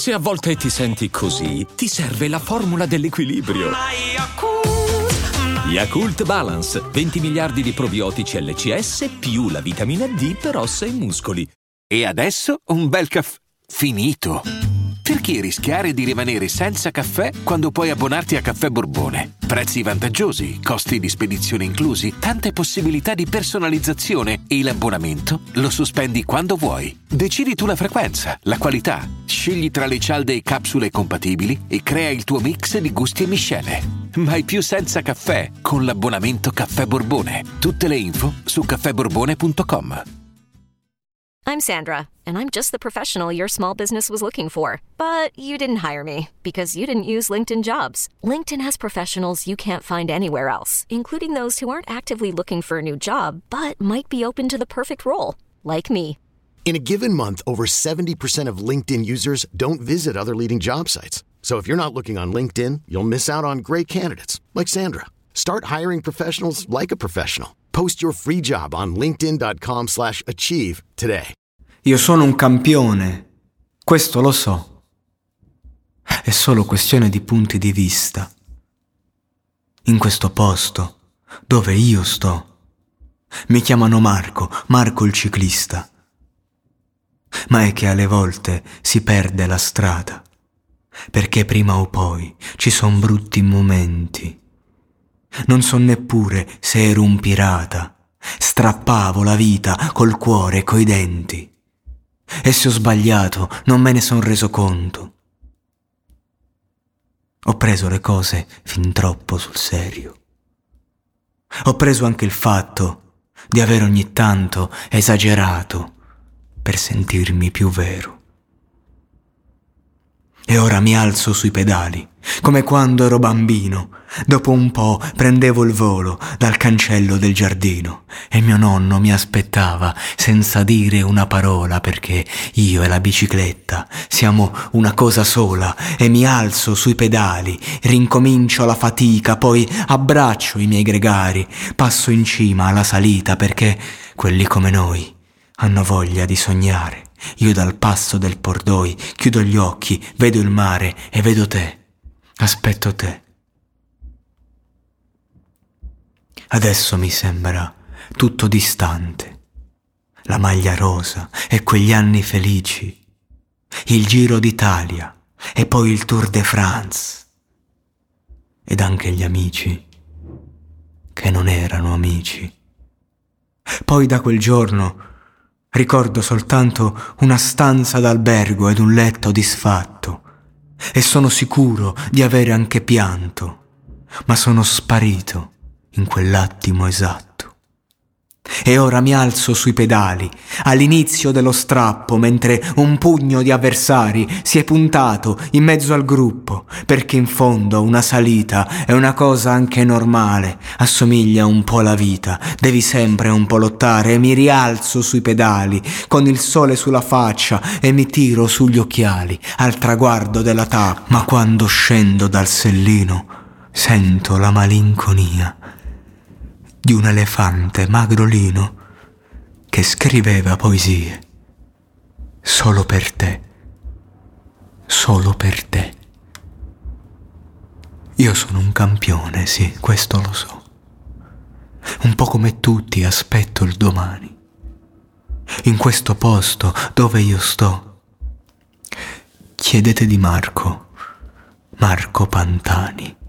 Se a volte ti senti così, ti serve la formula dell'equilibrio. Yakult Balance, 20 miliardi di probiotici LCS più la vitamina D per ossa e muscoli. E adesso un bel caffè finito. Perché rischiare di rimanere senza caffè quando puoi abbonarti a Caffè Borbone? Prezzi vantaggiosi, costi di spedizione inclusi, tante possibilità di personalizzazione e l'abbonamento lo sospendi quando vuoi. Decidi tu la frequenza, la qualità, scegli tra le cialde e capsule compatibili e crea il tuo mix di gusti e miscele. Mai più senza caffè con l'abbonamento Caffè Borbone. Tutte le info su caffèborbone.com. I'm Sandra, and I'm just the professional your small business was looking for. But you didn't hire me because you didn't use LinkedIn Jobs. LinkedIn has professionals you can't find anywhere else, including those who aren't actively looking for a new job, but might be open to the perfect role, like me. In a given month, over 70% of LinkedIn users don't visit other leading job sites. So if you're not looking on LinkedIn, you'll miss out on great candidates like Sandra. Start hiring professionals like a professional. Post your free job on linkedin.com/achieve today. Io sono un campione, questo lo so. È solo questione di punti di vista. In questo posto, dove io sto, mi chiamano Marco il ciclista. Ma è che alle volte si perde la strada, perché prima o poi ci son brutti momenti. Non so neppure se ero un pirata, strappavo la vita col cuore e coi denti. E se ho sbagliato non me ne son reso conto. Ho preso le cose fin troppo sul serio. Ho preso anche il fatto di aver ogni tanto esagerato per sentirmi più vero. E ora mi alzo sui pedali, come quando ero bambino. Dopo un po' prendevo il volo dal cancello del giardino e mio nonno mi aspettava senza dire una parola, perché io e la bicicletta siamo una cosa sola. E mi alzo sui pedali, rincomincio la fatica, poi abbraccio i miei gregari, passo in cima alla salita, perché quelli come noi hanno voglia di sognare. Io dal passo del Pordoi chiudo gli occhi, vedo il mare e vedo te, aspetto te. Adesso mi sembra tutto distante, la maglia rosa e quegli anni felici, il Giro d'Italia e poi il Tour de France, ed anche gli amici che non erano amici. Poi da quel giorno ricordo soltanto una stanza d'albergo ed un letto disfatto, e sono sicuro di avere anche pianto, ma sono sparito in quell'attimo esatto. E ora mi alzo sui pedali, all'inizio dello strappo, mentre un pugno di avversari si è puntato in mezzo al gruppo, perché in fondo una salita è una cosa anche normale, assomiglia un po' alla vita, devi sempre un po' lottare. E mi rialzo sui pedali, con il sole sulla faccia, e mi tiro sugli occhiali al traguardo della tappa. Ma quando scendo dal sellino sento la malinconia di un elefante magrolino che scriveva poesie solo per te, solo per te. Io sono un campione, sì, questo lo so. Un po' come tutti aspetto il domani. In questo posto dove io sto, chiedete di Marco Pantani.